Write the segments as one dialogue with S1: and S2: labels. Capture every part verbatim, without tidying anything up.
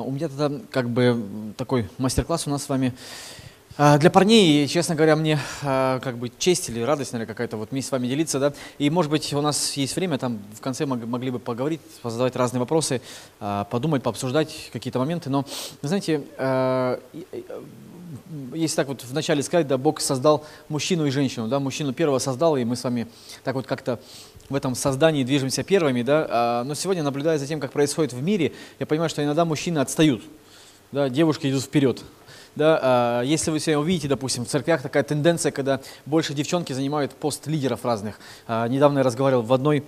S1: У меня тогда как бы такой мастер-класс у нас с вами. А, Для парней, и, честно говоря, мне а, как бы честь или радость, наверное, какая-то вот вместе с вами делиться, да. И, может быть, у нас есть время, там в конце мог- могли бы поговорить, задавать разные вопросы, а, подумать, пообсуждать какие-то моменты. Но, знаете, а, и- и, а, если так вот вначале сказать, да, Бог создал мужчину и женщину, да, мужчину первого создал, и мы с вами так вот как-то в этом создании движемся первыми, да. А, Но сегодня, наблюдая за тем, как происходит в мире, я понимаю, что иногда мужчины отстают, да, девушки идут вперед. Да, а, если вы сегодня увидите, допустим, в церквях такая тенденция, когда больше девчонки занимают пост лидеров разных. А, недавно я разговаривал в одной,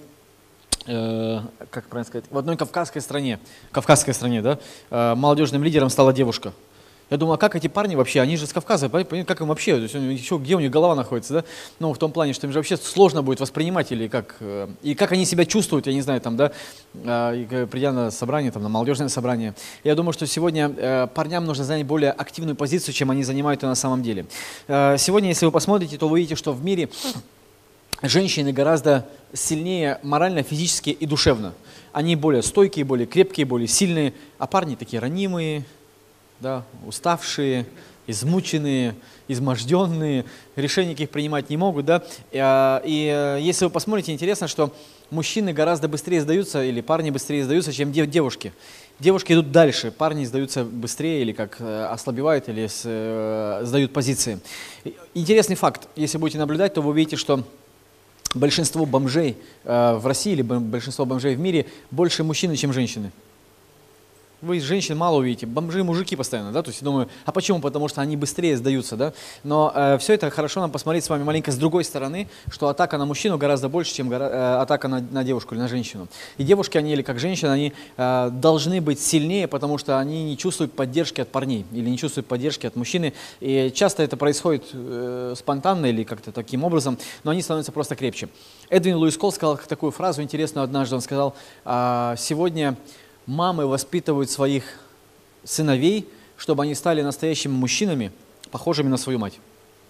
S1: э, как правильно сказать, в одной кавказской стране, кавказской стране, да, а, молодежным лидером стала девушка. Я думаю, а как эти парни вообще, они же с Кавказа, пон- как им вообще, то есть, у них еще, где у них голова находится, да? Ну, в том плане, что им же вообще сложно будет воспринимать, или как, э, и как они себя чувствуют, я не знаю, там, да, а, и, э, придя на собрание, там, на молодежное собрание. Я думаю, что сегодня э, парням нужно занять более активную позицию, чем они занимают ее на самом деле. Э, Сегодня, если вы посмотрите, то вы увидите, что в мире женщины гораздо сильнее морально, физически и душевно. Они более стойкие, более крепкие, более сильные, а парни такие ранимые, да, уставшие, измученные, изможденные, решений никаких принимать не могут, да. И, а, и, э, если вы посмотрите, интересно, что мужчины гораздо быстрее сдаются, или парни быстрее сдаются, чем дев- девушки. Девушки идут дальше, парни сдаются быстрее, или как э, ослабевают, или с- э, сдают позиции. И- Интересный факт, если будете наблюдать, то вы увидите, что большинство бомжей э, в России, или бом- большинство бомжей в мире больше мужчины, чем женщины. Вы женщин мало увидите, бомжи, мужики постоянно, да, то есть я думаю, а почему? Потому что они быстрее сдаются, да, но э, все это хорошо нам посмотреть с вами маленько с другой стороны, что атака на мужчину гораздо больше, чем гора- э, атака на, на девушку или на женщину. И девушки, они или как женщины, они э, должны быть сильнее, потому что они не чувствуют поддержки от парней или не чувствуют поддержки от мужчины, и часто это происходит э, спонтанно или как-то таким образом, но они становятся просто крепче. Эдвин Луис Колл сказал такую фразу интересную однажды, он сказал, «А, сегодня мамы воспитывают своих сыновей, чтобы они стали настоящими мужчинами, похожими на свою мать».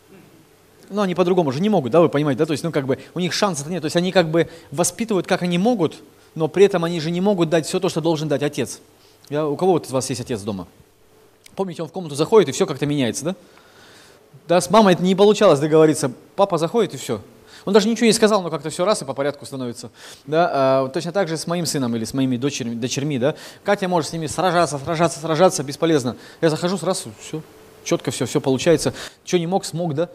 S1: Ну, они по-другому же не могут, да, вы понимаете, да, то есть, ну, как бы, у них шансов нет, то есть, они как бы воспитывают, как они могут, но при этом они же не могут дать все то, что должен дать отец. Я, у кого вот из вас есть отец дома? Помните, он в комнату заходит, и все как-то меняется, да? Да, с мамой это не получалось договориться, папа заходит, и все. Он даже ничего не сказал, но как-то все раз и по порядку становится. Да? А, вот точно так же с моим сыном или с моими дочерьми, дочерьми. Да? Катя может с ними сражаться, сражаться, сражаться, бесполезно. Я захожу сразу, все, четко все, все получается. Что не мог, смог, да?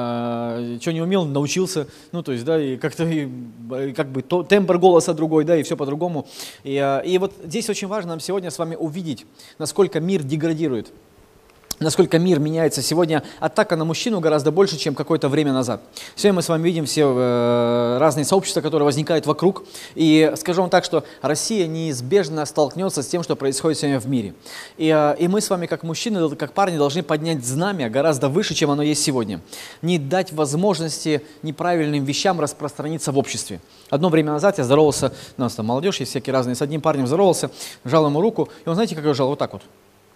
S1: А, что не умел, научился. Ну, то есть, да, и как-то и, и как бы то, тембр голоса другой, да, и все по-другому. И, а, и вот здесь очень важно нам сегодня с вами увидеть, насколько мир деградирует. Насколько мир меняется сегодня, атака на мужчину гораздо больше, чем какое-то время назад. Сегодня мы с вами видим все э, разные сообщества, которые возникают вокруг. И скажу вам так, что Россия неизбежно столкнется с тем, что происходит сегодня в мире. И, э, и мы с вами, как мужчины, как парни, должны поднять знамя гораздо выше, чем оно есть сегодня. Не дать возможности неправильным вещам распространиться в обществе. Одно время назад я здоровался, у нас там молодежь есть всякие разные, с одним парнем здоровался, жал ему руку, и он, знаете, как его жал? Вот так вот.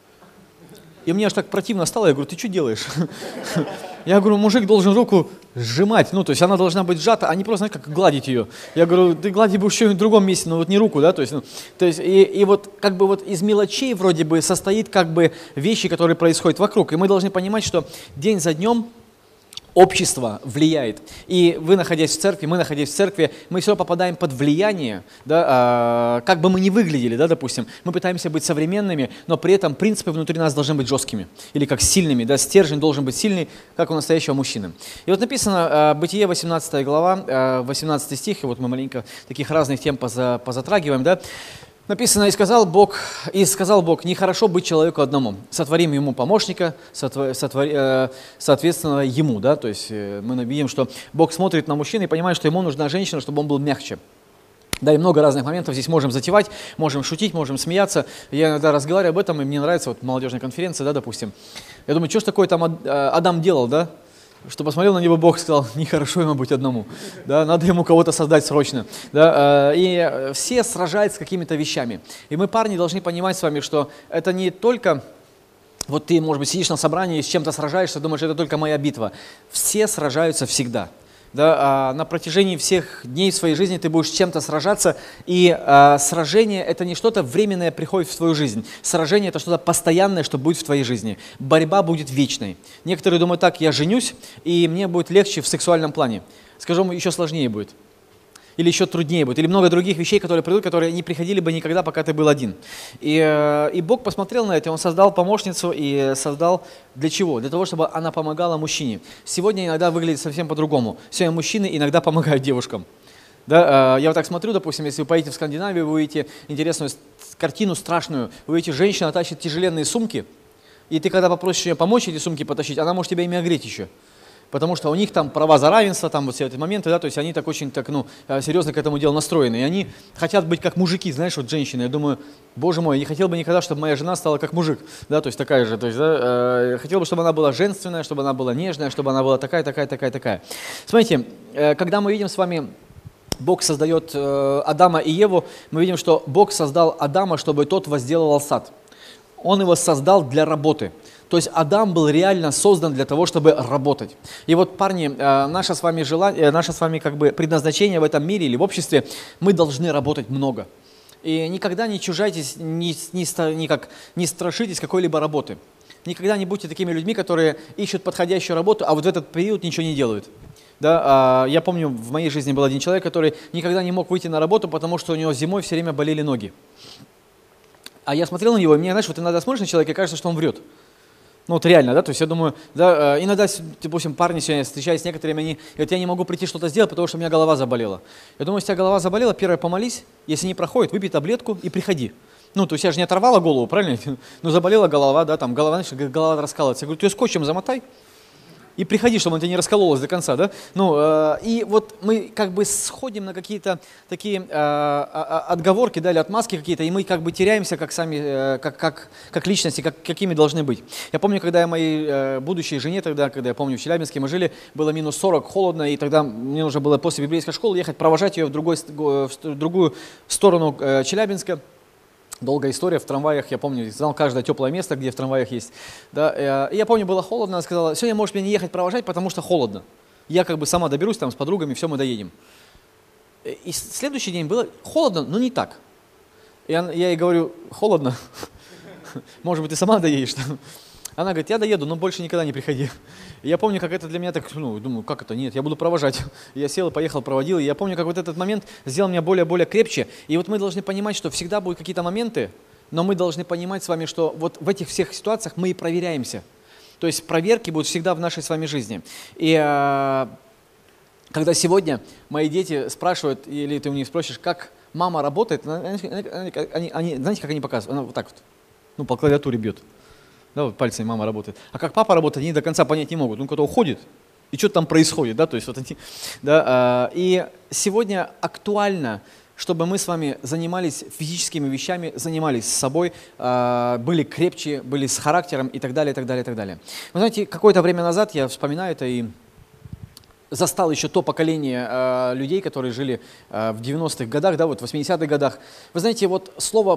S1: И мне аж так противно стало, я говорю, ты что делаешь? Я говорю, мужик должен руку сжимать, ну, то есть она должна быть сжата, а не просто, знаете, как гладить ее. Я говорю, ты глади бы еще в другом месте, но вот не руку, да, то есть, ну, то есть и, и вот как бы вот из мелочей вроде бы состоит как бы вещи, которые происходят вокруг. И мы должны понимать, что день за днем общество влияет. И вы, находясь в церкви, мы, находясь в церкви, мы все попадаем под влияние, да, а, как бы мы ни выглядели, да, допустим. Мы пытаемся быть современными, но при этом принципы внутри нас должны быть жесткими. Или как сильными, да, стержень должен быть сильный, как у настоящего мужчины. И вот написано, а, Бытие, восемнадцатая глава, а, восемнадцатый стих, и вот мы маленько таких разных тем поза, позатрагиваем, да. Написано, и сказал Бог, и сказал Бог, нехорошо быть человеку одному, сотворим ему помощника, сотвор, сотвор, э, соответственно, ему, да, то есть э, мы видим, что Бог смотрит на мужчину и понимает, что ему нужна женщина, чтобы он был мягче. Да, и много разных моментов здесь можем затевать, можем шутить, можем смеяться. Я иногда разговариваю об этом, и мне нравится, вот молодежная конференция, да, допустим. Я думаю, что ж такое там Адам делал, да? Что посмотрел на него Бог и сказал, нехорошо ему быть одному, да, надо ему кого-то создать срочно. Да, и все сражаются с какими-то вещами. И мы, парни, должны понимать с вами, что это не только, вот ты, может быть, сидишь на собрании и с чем-то сражаешься, думаешь, это только моя битва. Все сражаются всегда. да, на протяжении всех дней своей жизни ты будешь с чем-то сражаться, и а, сражение – это не что-то временное приходит в твою жизнь. Сражение – это что-то постоянное, что будет в твоей жизни. Борьба будет вечной. Некоторые думают так: я женюсь, и мне будет легче в сексуальном плане. Скажу, еще сложнее будет. Или еще труднее будет, или много других вещей, которые придут, которые не приходили бы никогда, пока ты был один. И, и Бог посмотрел на это, Он создал помощницу и создал для чего? Для того, чтобы она помогала мужчине. Сегодня иногда выглядит совсем по-другому. Сегодня мужчины иногда помогают девушкам. Да, я вот так смотрю, допустим, если вы поедете в Скандинавию, вы увидите интересную картину, страшную. Вы увидите, женщина тащит тяжеленные сумки, и ты когда попросишь ее помочь эти сумки потащить, она может тебя ими огреть еще. Потому что у них там права за равенство, там вот все эти моменты, да, то есть они так очень так, ну, серьезно к этому делу настроены. И они хотят быть как мужики, знаешь, вот женщины. Я думаю, боже мой, я не хотел бы никогда, чтобы моя жена стала как мужик, да, то есть такая же. То есть, да, э, хотел бы, чтобы она была женственная, чтобы она была нежная, чтобы она была такая, такая, такая, такая. Смотрите, э, когда мы видим с вами, Бог создает э, Адама и Еву, мы видим, что Бог создал Адама, чтобы тот возделывал сад. Он его создал для работы. То есть Адам был реально создан для того, чтобы работать. И вот, парни, наше с вами желание, наше с вами как бы предназначение в этом мире или в обществе, мы должны работать много. И никогда не чужайтесь, не, не, никак, не страшитесь какой-либо работы. Никогда не будьте такими людьми, которые ищут подходящую работу, а вот в этот период ничего не делают. Да, я помню, в моей жизни был один человек, который никогда не мог выйти на работу, потому что у него зимой все время болели ноги. А я смотрел на него, и мне, знаешь, вот иногда смотришь на человека, и кажется, что он врет. Ну вот реально, да, то есть я думаю, да, иногда, допустим, парни сегодня встречаюсь с некоторыми, они говорят, я не могу прийти что-то сделать, потому что у меня голова заболела. Я думаю, если у тебя голова заболела, первое, помолись, если не проходит, выпей таблетку и приходи. Ну, то есть я же не оторвала голову, правильно? Ну, заболела голова, да, там голова, знаешь, голова раскалывается. Я говорю, ты ее скотчем замотай и приходи, чтобы она тебе не раскололась до конца, да? Ну, э, и вот мы как бы сходим на какие-то такие э, отговорки, да, или отмазки какие-то, и мы как бы теряемся как сами, э, как, как, как личности, как, какими должны быть. Я помню, когда я моей э, будущей жене тогда, когда я помню, в Челябинске мы жили, было минус сорок, холодно, и тогда мне нужно было после библейской школы ехать, провожать ее в, другой, в другую сторону э, Челябинска. Долгая история, в трамваях, я помню, знал каждое теплое место, где в трамваях есть. Да, и я помню, было холодно, она сказала, сегодня можешь меня не ехать провожать, потому что холодно. Я как бы сама доберусь там с подругами, все, мы доедем. И следующий день было холодно, но не так. Я, я ей говорю, холодно, может быть, ты сама доедешь? Она говорит, я доеду, но больше никогда не приходи. И я помню, как это для меня так, ну, думаю, как это, нет, я буду провожать. Я сел, поехал, проводил, и я помню, как вот этот момент сделал меня более-более крепче. И вот мы должны понимать, что всегда будут какие-то моменты, но мы должны понимать с вами, что вот в этих всех ситуациях мы и проверяемся. То есть проверки будут всегда в нашей с вами жизни. И а, когда сегодня мои дети спрашивают, или ты у них спросишь, как мама работает, они, они, они, знаете, как они показывают? Она вот так вот, ну, по клавиатуре бьет. Да, вот пальцами мама работает. А как папа работает, они до конца понять не могут. Он когда уходит, и что там происходит, да, то есть вот они, да, а, и сегодня актуально, чтобы мы с вами занимались физическими вещами, занимались с собой, а, были крепче, были с характером и так далее, и так далее, и так далее. Вы знаете, какое-то время назад, я вспоминаю это и застал еще то поколение а, людей, которые жили а, в девяностых годах, да, вот в восьмидесятых годах. Вы знаете, вот слово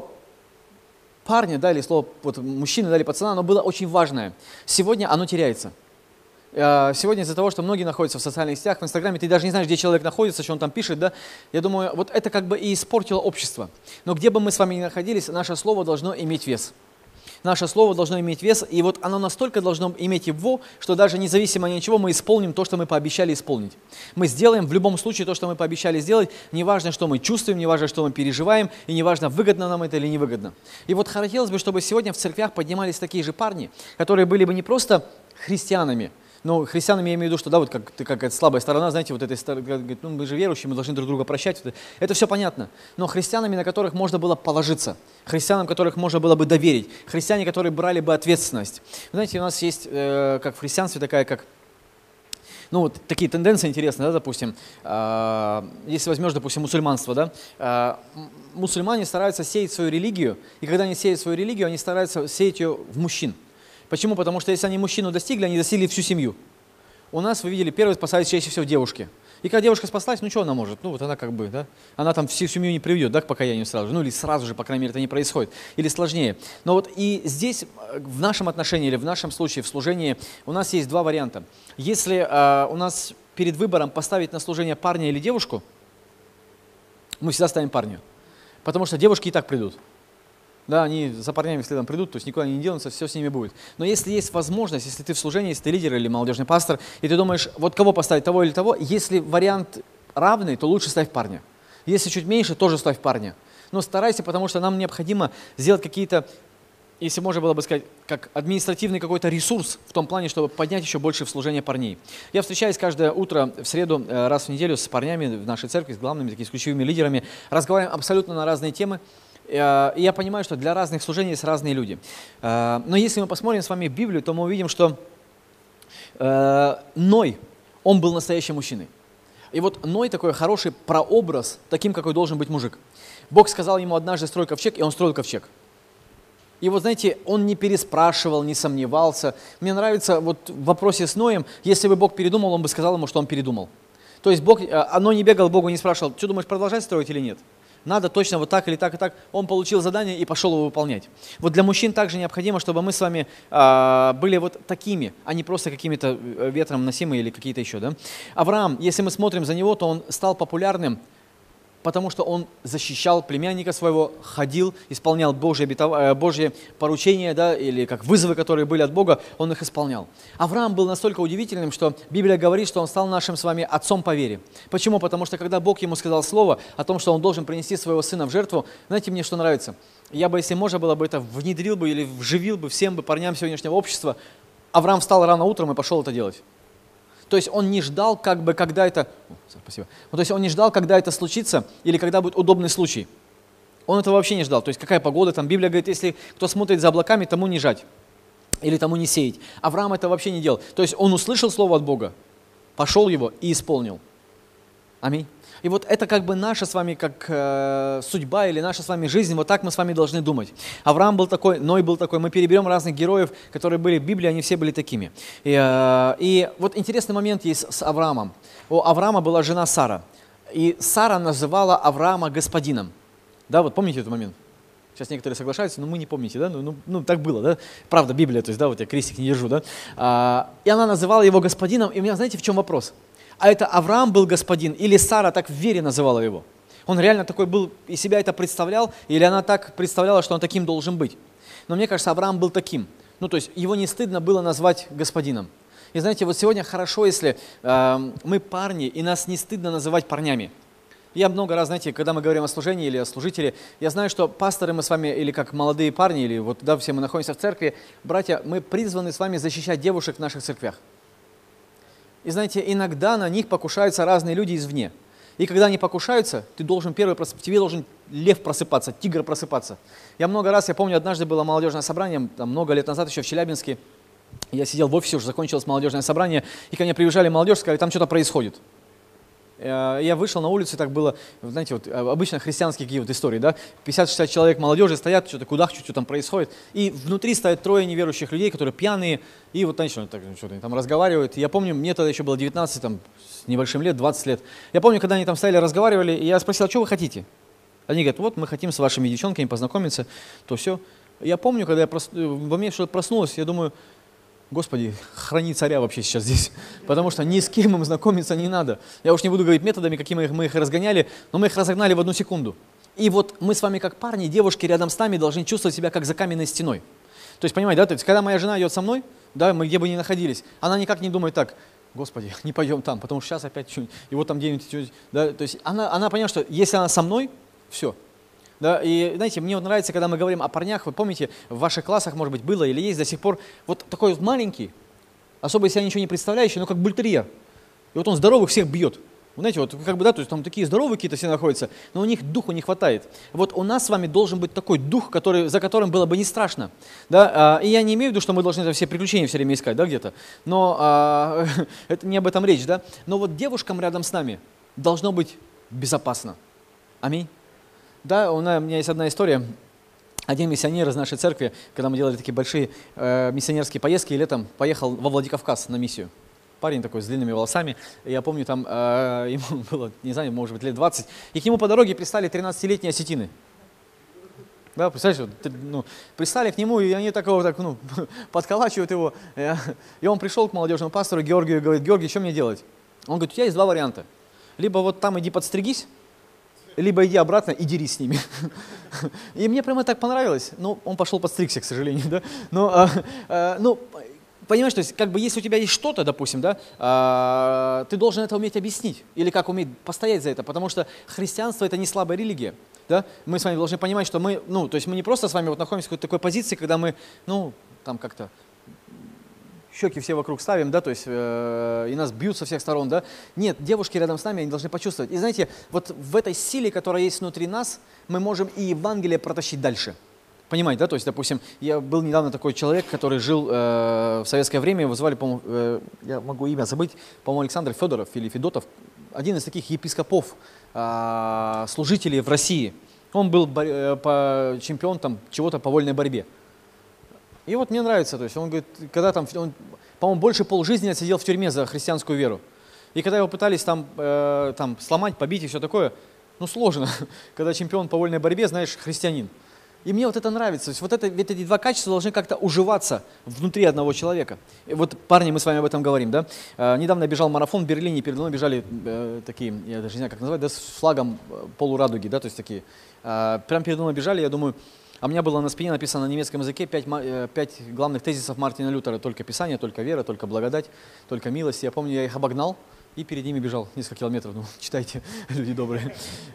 S1: парня, да, или слово вот, мужчины, да, или пацана, оно было очень важное. Сегодня оно теряется. Сегодня из-за того, что многие находятся в социальных сетях, в Инстаграме, ты даже не знаешь, где человек находится, что он там пишет, да, я думаю, вот это как бы и испортило общество. Но где бы мы с вами ни находились, наше слово должно иметь вес. Наше слово должно иметь вес, и вот оно настолько должно иметь его, что даже независимо ни от чего мы исполним то, что мы пообещали исполнить. Мы сделаем в любом случае то, что мы пообещали сделать, неважно, что мы чувствуем, неважно, что мы переживаем, и неважно, выгодно нам это или невыгодно. И вот хотелось бы, чтобы сегодня в церквях поднимались такие же парни, которые были бы не просто христианами, но христианами я имею в виду, что да, вот как, какая-то слабая сторона, знаете, вот этой стороны, ну, мы же верующие, мы должны друг друга прощать. Это, это все понятно. Но христианами, на которых можно было положиться, христианам, которых можно было бы доверить, христиане, которые брали бы ответственность. Вы знаете, у нас есть, э, как в христианстве, такая, как, ну, вот такие тенденции интересные, да, допустим, э, если возьмешь, допустим, мусульманство, да, э, мусульмане стараются сеять свою религию, и когда они сеют свою религию, они стараются сеять ее в мужчин. Почему? Потому что если они мужчину достигли, они достигли всю семью. У нас, вы видели, первой спасались чаще всего девушки. И когда девушка спаслась, ну что она может? Ну вот она как бы, да, она там всю семью не приведет, да, к покаянию сразу же. Ну или сразу же, по крайней мере, это не происходит. Или сложнее. Но вот и здесь, в нашем отношении или в нашем случае, в служении, у нас есть два варианта. Если э, у нас перед выбором поставить на служение парня или девушку, мы всегда ставим парня. Потому что девушки и так придут. Да, они за парнями следом придут, то есть никуда не денутся, все с ними будет. Но если есть возможность, если ты в служении, если ты лидер или молодежный пастор, и ты думаешь, вот кого поставить, того или того, если вариант равный, то лучше ставь парня. Если чуть меньше, тоже ставь парня. Но старайся, потому что нам необходимо сделать какие-то, если можно было бы сказать, как административный какой-то ресурс в том плане, чтобы поднять еще больше в служение парней. Я встречаюсь каждое утро в среду, раз в неделю с парнями в нашей церкви, с главными, такими, с ключевыми лидерами, разговариваем абсолютно на разные темы. И я понимаю, что для разных служений есть разные люди. Но если мы посмотрим с вами в Библию, то мы увидим, что Ной, он был настоящим мужчиной. И вот Ной такой хороший прообраз, таким, какой должен быть мужик. Бог сказал ему однажды: строй ковчег, и он строил ковчег. И вот знаете, он не переспрашивал, не сомневался. Мне нравится вот в вопросе с Ноем, если бы Бог передумал, он бы сказал ему, что он передумал. То есть Бог, Ной не бегал, Богу не спрашивал: что думаешь, продолжать строить или нет? Надо точно вот так или так и так. Он получил задание и пошел его выполнять. Вот для мужчин также необходимо, чтобы мы с вами а, были вот такими, а не просто какими-то ветром носимые или какие-то еще. Да? Авраам, если мы смотрим за него, то он стал популярным, потому что он защищал племянника своего, ходил, исполнял Божьи, обетов... Божьи поручения, да, или как вызовы, которые были от Бога, он их исполнял. Авраам был настолько удивительным, что Библия говорит, что он стал нашим с вами отцом по вере. Почему? Потому что когда Бог ему сказал слово о том, что он должен принести своего сына в жертву, знаете, мне что нравится? Я бы, если можно было бы, это внедрил бы или вживил бы всем бы парням сегодняшнего общества. Авраам встал рано утром и пошел это делать. То есть он не ждал, как бы, когда это, О, спасибо. Ну, то есть он не ждал, когда это случится или когда будет удобный случай. Он этого вообще не ждал. То есть какая погода, там Библия говорит, если кто смотрит за облаками, тому не жать или тому не сеять. Авраам это вообще не делал. То есть он услышал слово от Бога, пошел его и исполнил. Аминь. И вот это как бы наша с вами как э, судьба или наша с вами жизнь, вот так мы с вами должны думать. Авраам был такой, Ной был такой, мы переберем разных героев, которые были в Библии, они все были такими. И, э, и вот интересный момент есть с Авраамом. У Авраама была жена Сара, и Сара называла Авраама господином. Да, вот помните этот момент? Сейчас некоторые соглашаются, но мы не помните, да? Ну, ну, ну так было, да? Правда, Библия, то есть, да, вот я крестик не держу, да? А, и она называла его господином, и у меня, знаете, в чем вопрос? А это Авраам был господин, или Сара так в вере называла его? Он реально такой был, и себя это представлял, или она так представляла, что он таким должен быть? Но мне кажется, Авраам был таким. Ну, то есть его не стыдно было назвать господином. И знаете, вот сегодня хорошо, если э, мы парни, и нас не стыдно называть парнями. Я много раз, знаете, когда мы говорим о служении или о служителе, я знаю, что пасторы мы с вами, или как молодые парни, или вот да, все мы находимся в церкви, братья, мы призваны с вами защищать девушек в наших церквях. И знаете, иногда на них покушаются разные люди извне. И когда они покушаются, ты должен первый, тебе должен лев просыпаться, тигр просыпаться. Я много раз, я помню, однажды было молодежное собрание, там, много лет назад еще в Челябинске. Я сидел в офисе, уже закончилось молодежное собрание, и ко мне приезжали молодежь, сказали, там что-то происходит. Я вышел на улицу, и так было, знаете, вот обычно христианские какие вот истории, да, пятьдесят-шестьдесят человек молодежи стоят, что-то кудахчут, что там происходит, и внутри стоят трое неверующих людей, которые пьяные, и вот, знаете, что-то, что-то там разговаривают. И я помню, мне тогда еще было девятнадцать, там, с небольшим лет, двадцать лет. Я помню, когда они там стояли, разговаривали, и я спросил, а что вы хотите? Они говорят, вот мы хотим с вашими девчонками познакомиться, то все. Я помню, когда я прос... во мне что-то проснулось, я думаю, Господи, храни царя вообще сейчас здесь, потому что ни с кем им знакомиться не надо. Я уж не буду говорить методами, какими мы их разгоняли, но мы их разогнали в одну секунду. И вот мы с вами как парни, девушки рядом с нами должны чувствовать себя как за каменной стеной. То есть, понимаете, да, то есть, когда моя жена идет со мной, да, мы где бы ни находились, она никак не думает так, Господи, не пойдем там, потому что сейчас опять что-нибудь, и вот там где-нибудь, да, то есть она, она понимает, что если она со мной, все. Да, и знаете, мне вот нравится, когда мы говорим о парнях, вы помните, в ваших классах, может быть, было или есть до сих пор, вот такой вот маленький, особо если я ничего не представляющий, но как бультерьер. И вот он здоровых всех бьет. Вы знаете, вот как бы, да, то есть там такие здоровые какие-то все находятся, но у них духу не хватает. Вот у нас с вами должен быть такой дух, который, за которым было бы не страшно. Да? И я не имею в виду, что мы должны там все приключения все время искать, да, где-то, но а, это не об этом речь, да. Но вот девушкам рядом с нами должно быть безопасно. Аминь. Да, у меня есть одна история. Один миссионер из нашей церкви, когда мы делали такие большие э, миссионерские поездки, летом поехал во Владикавказ на миссию. Парень такой с длинными волосами. И я помню, там э, ему было, не знаю, может быть, лет двадцать. И к нему по дороге пристали тринадцатилетние осетины. Да, представляете, вот, ну, пристали к нему, и они такого так, ну, подколачивают его. И он пришел к молодежному пастору Георгию и говорит, Георгий, что мне делать? Он говорит, у тебя есть два варианта. Либо вот там иди подстригись, либо иди обратно и дерись с ними. И мне прямо так понравилось. Ну, он пошел подстригся, к сожалению, да. Но, а, а, ну, понимаешь, то есть, как бы, если у тебя есть что-то, допустим, да, а, ты должен это уметь объяснить. Или как уметь постоять за это. Потому что христианство – это не слабая религия. Да? Мы с вами должны понимать, что мы, ну, то есть мы не просто с вами вот находимся в какой-то такой позиции, когда мы, ну, там как-то щеки все вокруг ставим, да, то есть э, и нас бьют со всех сторон, да. Нет, девушки рядом с нами, они должны почувствовать. И знаете, вот в этой силе, которая есть внутри нас, мы можем и Евангелие протащить дальше. Понимаете, да? То есть, допустим, я был недавно такой человек, который жил э, в советское время, его звали, по-моему, э, я могу имя забыть, по-моему, Александр Федоров или Федотов, один из таких епископов, э, служителей в России. Он был э, по, чемпион там чего-то по вольной борьбе. И вот мне нравится, то есть он говорит, когда там, он, по-моему, больше полжизни отсидел в тюрьме за христианскую веру. И когда его пытались там, э, там сломать, побить и все такое, ну сложно, когда чемпион по вольной борьбе, знаешь, христианин. И мне вот это нравится, то есть вот, это, вот эти два качества должны как-то уживаться внутри одного человека. И вот, парни, мы с вами об этом говорим, да. Э, недавно я бежал марафон в Берлине, передо мной бежали э, такие, я даже не знаю, как назвать, да, с флагом полурадуги, да, то есть такие. Э, прям передо мной бежали, я думаю, а у меня было на спине написано на немецком языке пять, пять главных тезисов Мартина Лютера. Только Писание, только вера, только благодать, только милость. Я помню, я их обогнал и перед ними бежал несколько километров. Ну, читайте, люди добрые.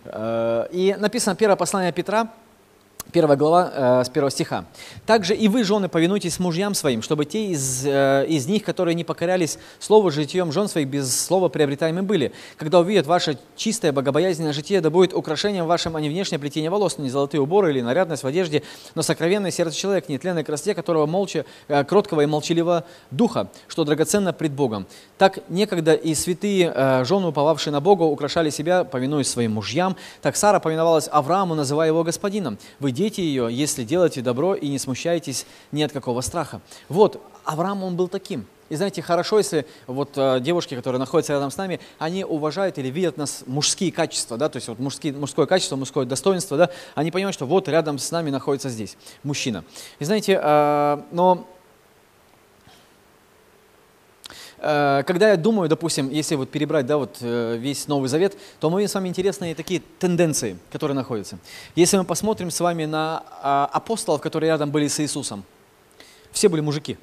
S1: И написано первое послание Петра, первая глава, с первого стиха. «Также и вы, жены, повинуйтесь мужьям своим, чтобы те из, из них, которые не покорялись слову житием жен своих, без слова приобретаемы были. Когда увидят ваше чистое, богобоязненное житие, да будет украшением вашим, а не внешнее плетение волос, не золотые уборы или нарядность в одежде, но сокровенное сердце человека, нетленной красоте, которого молча, кроткого и молчаливого духа, что драгоценно пред Богом. Так некогда и святые жены, уповавшие на Бога, украшали себя, повинуясь своим мужьям. Так Сара повиновалась Аврааму, называя его господином. Вы дети ее, если делаете добро и не смущаетесь ни от какого страха». Вот, Авраам, он был таким. И знаете, хорошо, если вот э, девушки, которые находятся рядом с нами, они уважают или видят в нас мужские качества, да, то есть вот мужские, мужское качество, мужское достоинство, да, они понимают, что вот рядом с нами находится здесь мужчина. И знаете, э, но... Когда я думаю, допустим, если вот перебрать, да, вот весь Новый Завет, то мы с вами интересные такие тенденции, которые находятся. Если мы посмотрим с вами на апостолов, которые рядом были с Иисусом, все были мужики.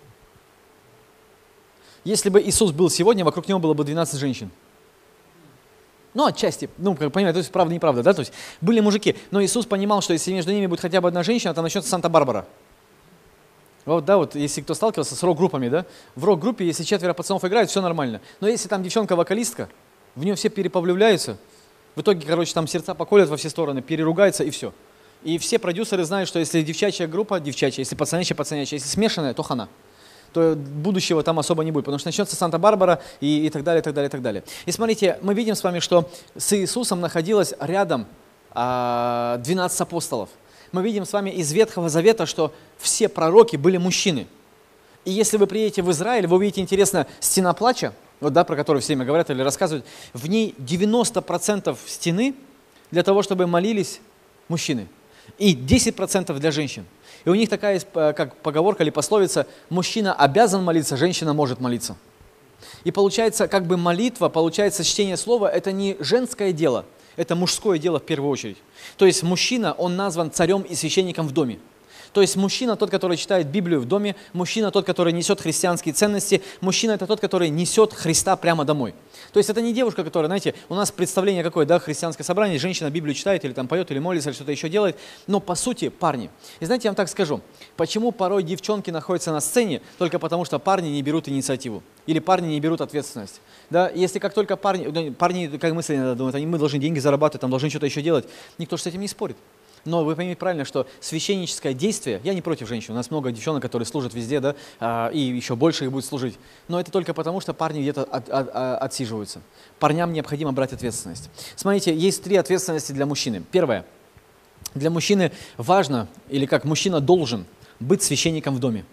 S1: Если бы Иисус был сегодня, вокруг него было бы двенадцать женщин. Ну, отчасти, ну, как понимаете, то есть правда, неправда, да, то есть были мужики, но Иисус понимал, что если между ними будет хотя бы одна женщина, то начнется Санта-Барбара. Вот, да, вот если кто сталкивался с рок-группами, да, в рок-группе, если четверо пацанов играют, все нормально. Но если там девчонка-вокалистка, в нее все переповлюбляются, в итоге, короче, там сердца поколят во все стороны, переругаются и все. И все продюсеры знают, что если девчачья группа, девчачья, если пацанячья, пацанячья, если смешанная, то хана. То будущего там особо не будет, потому что начнется Санта-Барбара и, и так далее, и так далее, и так далее. И смотрите, мы видим с вами, что с Иисусом находилось рядом а, двенадцать апостолов. Мы видим с вами из Ветхого Завета, что все пророки были мужчины. И если вы приедете в Израиль, вы увидите, интересно, стена плача, вот, да, про которую все время говорят или рассказывают, в ней девяносто процентов стены для того, чтобы молились мужчины, и десять процентов для женщин. И у них такая есть, как поговорка или пословица: мужчина обязан молиться, женщина может молиться. И получается, как бы молитва, получается чтение слова, это не женское дело, это мужское дело в первую очередь. То есть мужчина, он назван царем и священником в доме. То есть мужчина тот, который читает Библию в доме, мужчина тот, который несет христианские ценности, мужчина это тот, который несет Христа прямо домой. То есть это не девушка, которая, знаете, у нас представление какое, да, христианское собрание, женщина Библию читает или там поет, или молится, или что-то еще делает, но по сути парни. И знаете, я вам так скажу, почему порой девчонки находятся на сцене, только потому что парни не берут инициативу, или парни не берут ответственность. Да, если как только парни, парни, как мысли иногда думают, они, мы должны деньги зарабатывать, там должны что-то еще делать, никто же с этим не спорит. Но вы поймите правильно, что священническое действие, я не против женщин, у нас много девчонок, которые служат везде, да, и еще больше их будет служить, но это только потому, что парни где-то от, от, от, отсиживаются. Парням необходимо брать ответственность. Смотрите, есть три ответственности для мужчины. Первое, для мужчины важно, или как мужчина должен быть священником в доме.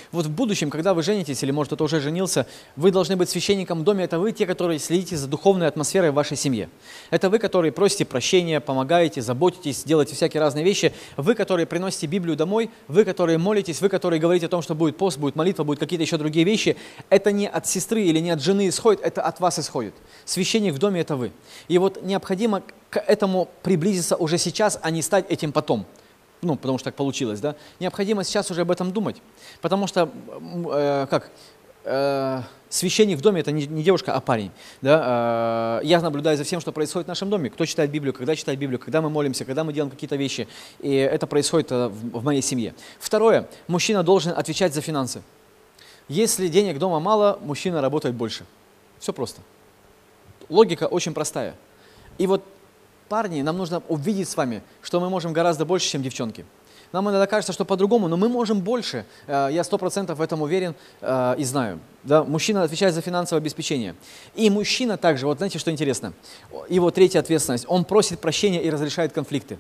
S1: Вот в будущем, когда вы женитесь, или может кто-то уже женился, вы должны быть священником в доме. Это вы те, которые следите за духовной атмосферой в вашей семье. Это вы, которые просите прощения, помогаете, заботитесь, делаете всякие разные вещи. Вы, которые приносите Библию домой, вы, которые молитесь, вы, которые говорите о том, что будет пост, будет молитва, будут какие-то еще другие вещи. Это не от сестры или не от жены исходит, это от вас исходит. Священник в доме – это вы. И вот необходимо к этому приблизиться уже сейчас, а не стать этим потом. Ну, потому что так получилось, да? Необходимо сейчас уже об этом думать. Потому что, э, как, э, священник в доме – это не, не девушка, а парень. Да? Э, я наблюдаю за всем, что происходит в нашем доме. Кто читает Библию, когда читает Библию, когда мы молимся, когда мы делаем какие-то вещи. И это происходит в, в моей семье. Второе. Мужчина должен отвечать за финансы. Если денег дома мало, мужчина работает больше. Все просто. Логика очень простая. И вот, парни, нам нужно увидеть с вами, что мы можем гораздо больше, чем девчонки. Нам иногда кажется, что по-другому, но мы можем больше. Я сто процентов в этом уверен и знаю. Да? Мужчина отвечает за финансовое обеспечение. И мужчина также, вот знаете, что интересно? Его третья ответственность. Он просит прощения и разрешает конфликты.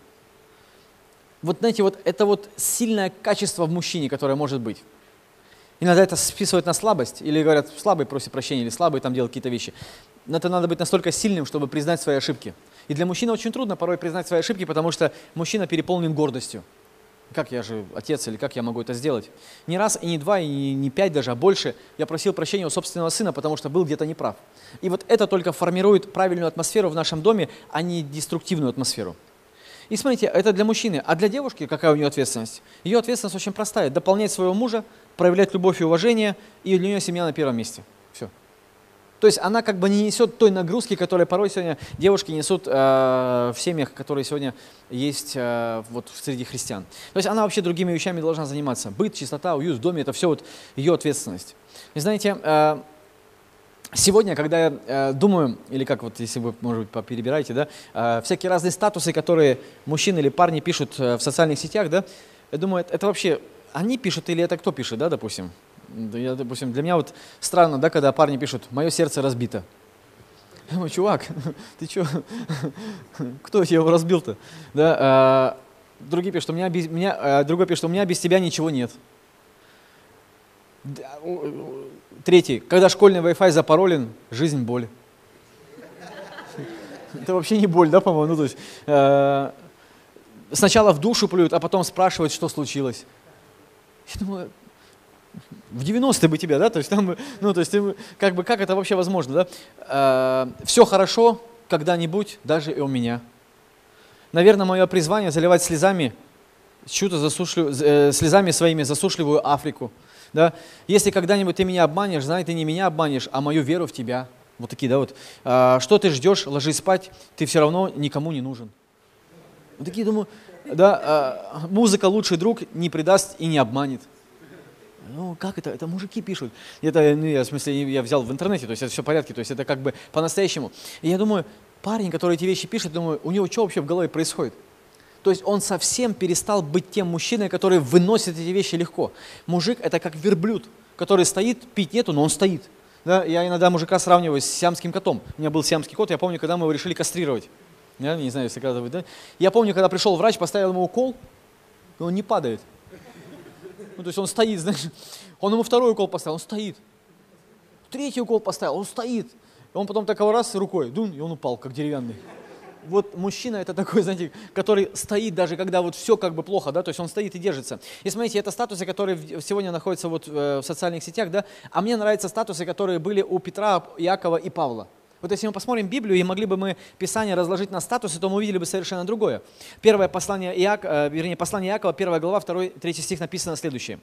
S1: Вот знаете, вот это вот сильное качество в мужчине, которое может быть. Иногда это списывают на слабость, или говорят, слабый просит прощения, или слабый там делает какие-то вещи. Но это надо быть настолько сильным, чтобы признать свои ошибки. И для мужчины очень трудно порой признать свои ошибки, потому что мужчина переполнен гордостью. Как я же отец, или как я могу это сделать? Не раз, и не два, и не пять даже, а больше я просил прощения у собственного сына, потому что был где-то неправ. И вот это только формирует правильную атмосферу в нашем доме, а не деструктивную атмосферу. И смотрите, это для мужчины. А для девушки какая у нее ответственность? Ее ответственность очень простая. Дополнять своего мужа, проявлять любовь и уважение, и для нее семья на первом месте. Все. То есть она как бы не несет той нагрузки, которую порой сегодня девушки несут э, в семьях, которые сегодня есть э, вот среди христиан. То есть она вообще другими вещами должна заниматься. Быт, чистота, уют в доме – это все вот ее ответственность. И знаете, э, сегодня, когда я э, думаю, или как вот, если вы, может быть, поперебираете, да, э, всякие разные статусы, которые мужчины или парни пишут э, в социальных сетях, да, я думаю, это, это вообще они пишут или это кто пишет, да, допустим? Я, допустим, для меня вот странно, да, когда парни пишут «моё сердце разбито». Я думаю, чувак, ты что, кто тебя его разбил-то? Да, а, другие пишут, у меня без, меня, а, другой пишет, у меня без тебя ничего нет. Третий, когда школьный Wi-Fi запаролен, жизнь боль. Это вообще не боль, да, по-моему? Ну, то есть, а, сначала в душу плюют, а потом спрашивают, что случилось. Я думаю, в девяностые бы тебя, да, то есть там, ну, то есть, как бы, как это вообще возможно, да? А, все хорошо когда-нибудь, даже и у меня. Наверное, мое призвание заливать слезами, чью-то засушлив... слезами своими засушливую Африку, да? Если когда-нибудь ты меня обманешь, знай, ты не меня обманешь, а мою веру в тебя. Вот такие, да, вот. А, что ты ждешь, ложись спать, ты все равно никому не нужен. Вот такие, думаю, да, а, музыка лучший друг, не предаст и не обманет. Ну, как это? Это мужики пишут. Это, ну, я, в смысле, я взял в интернете, то есть это все в порядке, то есть это как бы по-настоящему. И я думаю, парень, который эти вещи пишет, думаю, у него что вообще в голове происходит? То есть он совсем перестал быть тем мужчиной, который выносит эти вещи легко. Мужик – это как верблюд, который стоит, пить нету, но он стоит. Да? Я иногда мужика сравниваю с сиамским котом. У меня был сиамский кот, я помню, когда мы его решили кастрировать. Я не знаю, если когда вы, да? Я помню, когда пришел врач, поставил ему укол, и он не падает. Ну, то есть он стоит, знаешь, он ему второй укол поставил, он стоит. Третий укол поставил, он стоит. И он потом такого раз рукой, дун, и он упал, как деревянный. Вот мужчина это такой, знаете, который стоит даже, когда вот все как бы плохо, да, то есть он стоит и держится. И смотрите, это статусы, которые сегодня находятся вот в социальных сетях, да, а мне нравятся статусы, которые были у Петра, Иакова и Павла. Вот если мы посмотрим Библию и могли бы мы Писание разложить на статусы, то мы увидели бы совершенно другое. Первое послание Иакова, вернее, послание Иакова, первая глава, второй, третий стих написано следующее.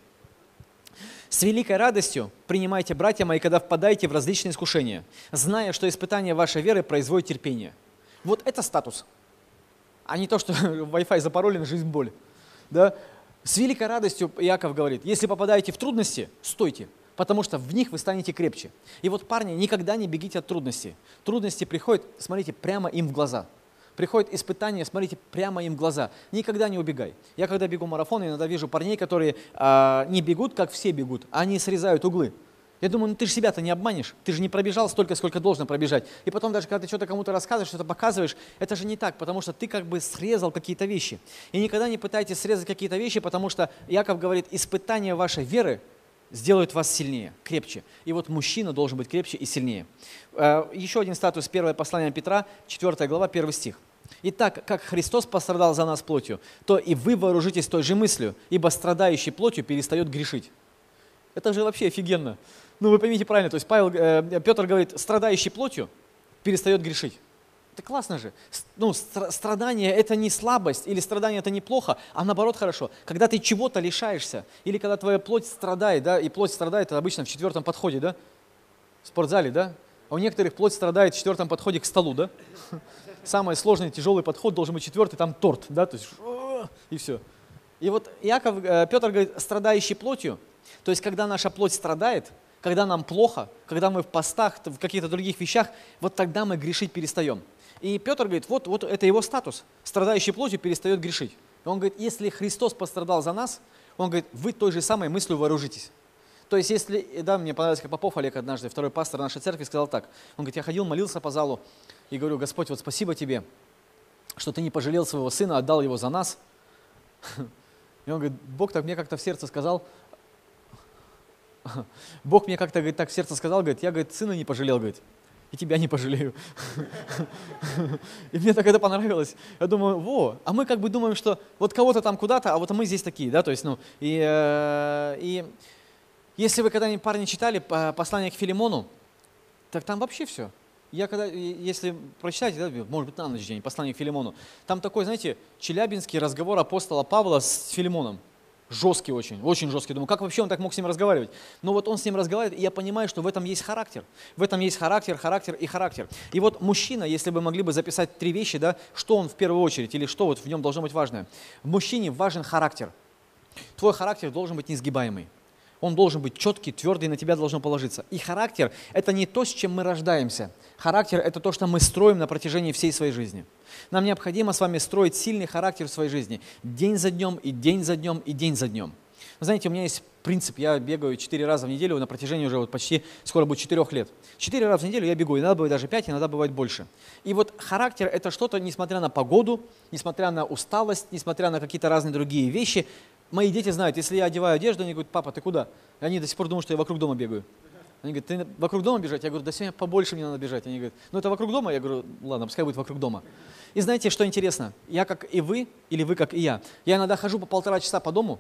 S1: «С великой радостью принимайте, братья мои, когда впадаете в различные искушения, зная, что испытание вашей веры производит терпение». Вот это статус, а не то, что Wi-Fi запаролен, жизнь боль. Да? С великой радостью Иаков говорит, если попадаете в трудности, стойте. Потому что в них вы станете крепче. И вот, парни, никогда не бегите от трудностей. Трудности приходят, смотрите, прямо им в глаза. Приходят испытания, смотрите, прямо им в глаза. Никогда не убегай. Я когда бегу марафон, иногда вижу парней, которые а, не бегут, как все бегут, а они срезают углы. Я думаю, ну ты же себя-то не обманешь, ты же не пробежал столько, сколько должен пробежать. И потом даже, когда ты что-то кому-то рассказываешь, что-то показываешь, это же не так, потому что ты как бы срезал какие-то вещи. И никогда не пытайтесь срезать какие-то вещи, потому что Иаков говорит, испытание вашей веры сделают вас сильнее, крепче. И вот мужчина должен быть крепче и сильнее. Еще один статус, первое послание Петра, четвёртая глава, первый стих. «Итак, как Христос пострадал за нас плотью, то и вы вооружитесь той же мыслью, ибо страдающий плотью перестает грешить». Это же вообще офигенно. Ну вы поймите правильно, то есть Павел, э, Петр говорит, страдающий плотью перестает грешить. Это классно же. Ну, страдание – это не слабость, или страдание – это не плохо, а наоборот хорошо. Когда ты чего-то лишаешься, или когда твоя плоть страдает, да, и плоть страдает, это обычно в четвертом подходе, да, в спортзале, да, а у некоторых плоть страдает в четвертом подходе к столу, да. Самый сложный, тяжелый подход должен быть четвертый, там торт, да, то есть и все. И вот Иаков, Петр говорит, страдающий плотью, то есть когда наша плоть страдает, когда нам плохо, когда мы в постах, в каких-то других вещах, вот тогда мы грешить перестаем. И Петр говорит, вот, вот это его статус. Страдающий плотью перестает грешить. И он говорит, если Христос пострадал за нас, он говорит, вы той же самой мыслью вооружитесь. То есть если, да, мне понравилось, как Попов Олег однажды, второй пастор нашей церкви, сказал так. Он говорит, я ходил, молился по залу и говорю, Господь, вот спасибо тебе, что ты не пожалел своего сына, отдал его за нас. И он говорит, Бог так мне как-то в сердце сказал, Бог мне как-то говорит, так в сердце сказал, говорит, я, говорит, сына не пожалел, говорит, и тебя не пожалею. И мне так это понравилось. Я думаю, во, а мы как бы думаем, что вот кого-то там куда-то, а вот мы здесь такие, да, то есть, ну, и, э, и если вы когда-нибудь, парни, читали послание к Филимону, так там вообще все. Я когда, если прочитаете, да, может быть, на ночь день, послание к Филимону, там такой, знаете, челябинский разговор апостола Павла с Филимоном. Жесткий очень, очень жесткий. Думаю, как вообще он так мог с ним разговаривать? Но вот он с ним разговаривает, и я понимаю, что в этом есть характер. В этом есть характер, характер и характер. И вот мужчина, если вы могли бы записать три вещи, да, что он в первую очередь, или что вот в нем должно быть важное. В мужчине важен характер. Твой характер должен быть несгибаемый. Он должен быть четкий, твердый, на тебя должно положиться. И характер – это не то, с чем мы рождаемся. Характер – это то, что мы строим на протяжении всей своей жизни. Нам необходимо с вами строить сильный характер в своей жизни. День за днем, и день за днем, и день за днем. Вы знаете, у меня есть принцип, я бегаю четыре раза в неделю на протяжении уже вот почти, скоро будет четырех лет. Четыре раза в неделю я бегу, иногда бывает даже пять, иногда бывает больше. И вот характер – это что-то, несмотря на погоду, несмотря на усталость, несмотря на какие-то разные другие вещи. Мои дети знают, если я одеваю одежду, они говорят, папа, ты куда? И они до сих пор думают, что я вокруг дома бегаю. Они говорят, ты вокруг дома бежать? Я говорю, да сегодня побольше мне надо бежать. Они говорят, ну это вокруг дома? Я говорю, ладно, пускай будет вокруг дома. И знаете, что интересно? Я как и вы, или вы как и я, я иногда хожу по полтора часа по дому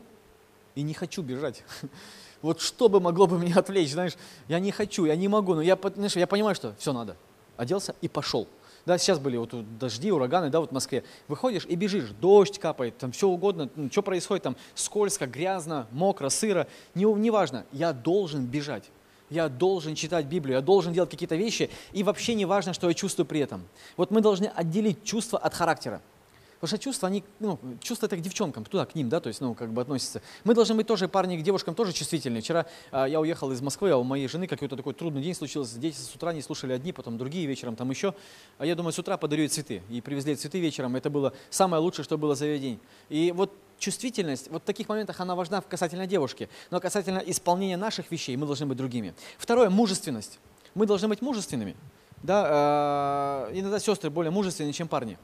S1: и не хочу бежать. Вот что бы могло бы меня отвлечь, знаешь, я не хочу, я не могу, но я, знаешь, я понимаю, что все надо. Оделся и пошел. Да, сейчас были вот дожди, ураганы, да, вот в Москве. Выходишь и бежишь, дождь капает, там все угодно, ну, что происходит, там скользко, грязно, мокро, сыро, не, не важно, я должен бежать. Я должен читать Библию, я должен делать какие-то вещи, и вообще не важно, что я чувствую при этом. Вот мы должны отделить чувства от характера. Потому что чувства, они, ну, чувства это к девчонкам, туда, к ним, да, то есть, ну, как бы относятся. Мы должны быть тоже, парни, к девушкам тоже чувствительны. Вчера а, я уехал из Москвы, а у моей жены какой-то такой трудный день случился. Дети с утра не слушали одни, потом другие вечером, там еще. А я думаю, с утра подарю ей цветы. И привезли цветы вечером, это было самое лучшее, что было за весь день. И вот чувствительность, вот в таких моментах она важна касательно девушки. Но касательно исполнения наших вещей мы должны быть другими. Второе, мужественность. Мы должны быть мужественными. Да, э, иногда сестры более мужественные, чем парни.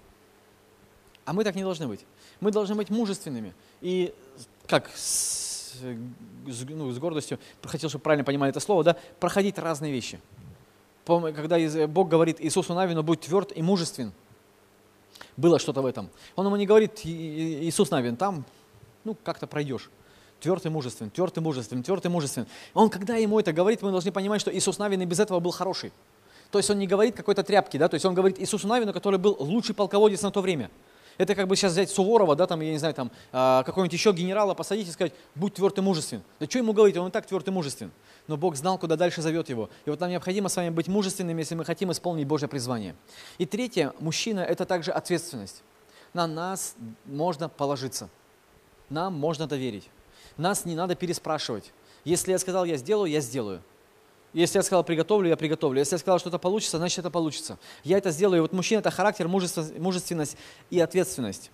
S1: А мы так не должны быть. Мы должны быть мужественными. И как с, с, ну, с гордостью, хотел, чтобы правильно понимали это слово, да, проходить разные вещи. Когда Бог говорит Иисусу Навину, будь тверд и мужествен. Было что-то в этом. Он ему не говорит, Иисус Навин, там, ну, как-то пройдешь. Тверд и мужествен, тверд и мужествен, тверд и мужествен. Он, когда ему это говорит, мы должны понимать, что Иисус Навин и без этого был хороший. То есть он не говорит какой-то тряпки, да, то есть он говорит Иисусу Навину, который был лучший полководец на то время. Это как бы сейчас взять Суворова, да, там, я не знаю, там, какого-нибудь еще генерала посадить и сказать, будь тверд и мужествен. Да что ему говорить, он и так тверд и мужествен. Но Бог знал, куда дальше зовет его. И вот нам необходимо с вами быть мужественными, если мы хотим исполнить Божье призвание. И третье, мужчина – это также ответственность. На нас можно положиться, нам можно доверить. Нас не надо переспрашивать. Если я сказал, я сделаю, я сделаю. Если я сказал, приготовлю, я приготовлю. Если я сказал, что это получится, значит, это получится. Я это сделаю. И вот мужчина – это характер, мужественность и ответственность.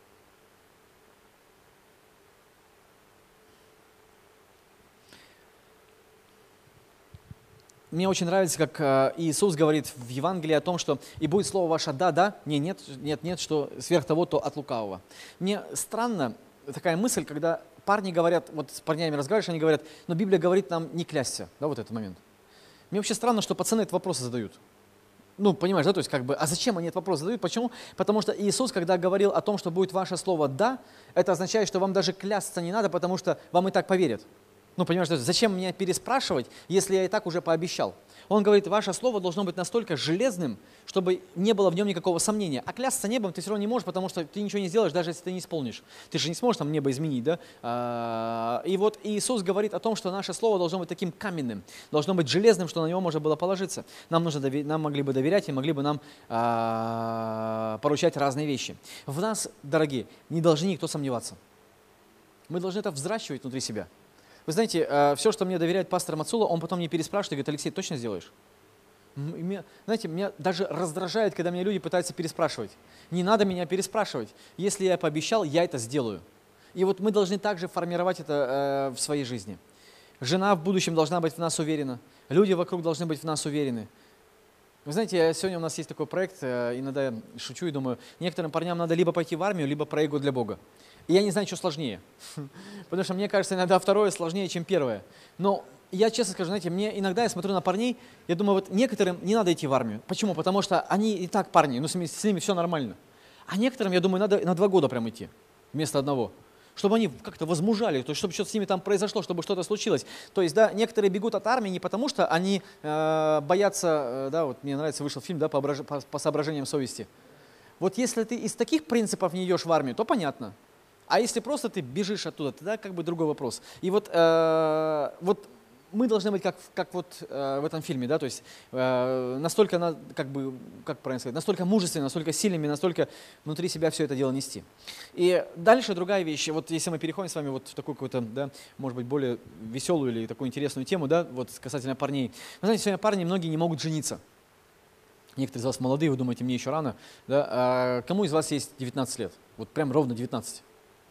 S1: Мне очень нравится, как Иисус говорит в Евангелии о том, что «и будет слово ваше да, да, не, нет, нет, нет, что сверх того, то от лукавого». Мне странно такая мысль, когда парни говорят, вот с парнями разговариваешь, они говорят, но Библия говорит нам не клясться, да, вот этот момент. Мне вообще странно, что пацаны этот вопрос задают. Ну, понимаешь, да, то есть как бы, а зачем они этот вопрос задают? Почему? Потому что Иисус, когда говорил о том, что будет ваше слово «да», это означает, что вам даже клясться не надо, потому что вам и так поверят. Ну, понимаешь, зачем меня переспрашивать, если я и так уже пообещал? Он говорит, ваше слово должно быть настолько железным, чтобы не было в нем никакого сомнения. А клясться небом ты все равно не можешь, потому что ты ничего не сделаешь, даже если ты не исполнишь. Ты же не сможешь там небо изменить, да? И вот Иисус говорит о том, что наше слово должно быть таким каменным, должно быть железным, что на него можно было положиться. Нам, нужно, нам могли бы доверять и могли бы нам а, поручать разные вещи. В нас, дорогие, не должны никто сомневаться. Мы должны это взращивать внутри себя. Вы знаете, все, что мне доверяет пастор Мацула, он потом мне переспрашивает и говорит, Алексей, точно сделаешь? Меня, знаете, меня даже раздражает, когда меня люди пытаются переспрашивать. Не надо меня переспрашивать. Если я пообещал, я это сделаю. И вот мы должны также формировать это э, в своей жизни. Жена в будущем должна быть в нас уверена. Люди вокруг должны быть в нас уверены. Вы знаете, сегодня у нас есть такой проект, э, иногда я шучу и думаю, некоторым парням надо либо пойти в армию, либо про эго для Бога. И я не знаю, что сложнее. Потому что мне кажется, иногда второе сложнее, чем первое. Но я честно скажу, знаете, мне иногда я смотрю на парней, я думаю, вот некоторым не надо идти в армию. Почему? Потому что они и так парни, ну с ними, с ними все нормально. А некоторым, я думаю, надо на два года прям идти вместо одного. Чтобы они как-то возмужали, то есть чтобы что-то с ними там произошло, чтобы что-то случилось. То есть, да, некоторые бегут от армии не потому, что они э, боятся, э, да, вот мне нравится, вышел фильм, да, по, ображ... по, по соображениям совести. Вот если ты из таких принципов не идешь в армию, то понятно. А если просто ты бежишь оттуда, тогда как бы другой вопрос. И вот, э, вот мы должны быть как, как вот э, в этом фильме, да, то есть э, настолько, на, как бы, как правильно сказать, настолько мужественными, настолько сильными, настолько внутри себя все это дело нести. И дальше другая вещь, вот если мы переходим с вами вот в такую какую-то, да, может быть, более веселую или такую интересную тему, да, вот касательно парней. Вы знаете, сегодня парни многие не могут жениться. Некоторые из вас молодые, вы думаете, мне еще рано, да, а кому из вас есть девятнадцать лет? Вот прям ровно девятнадцать.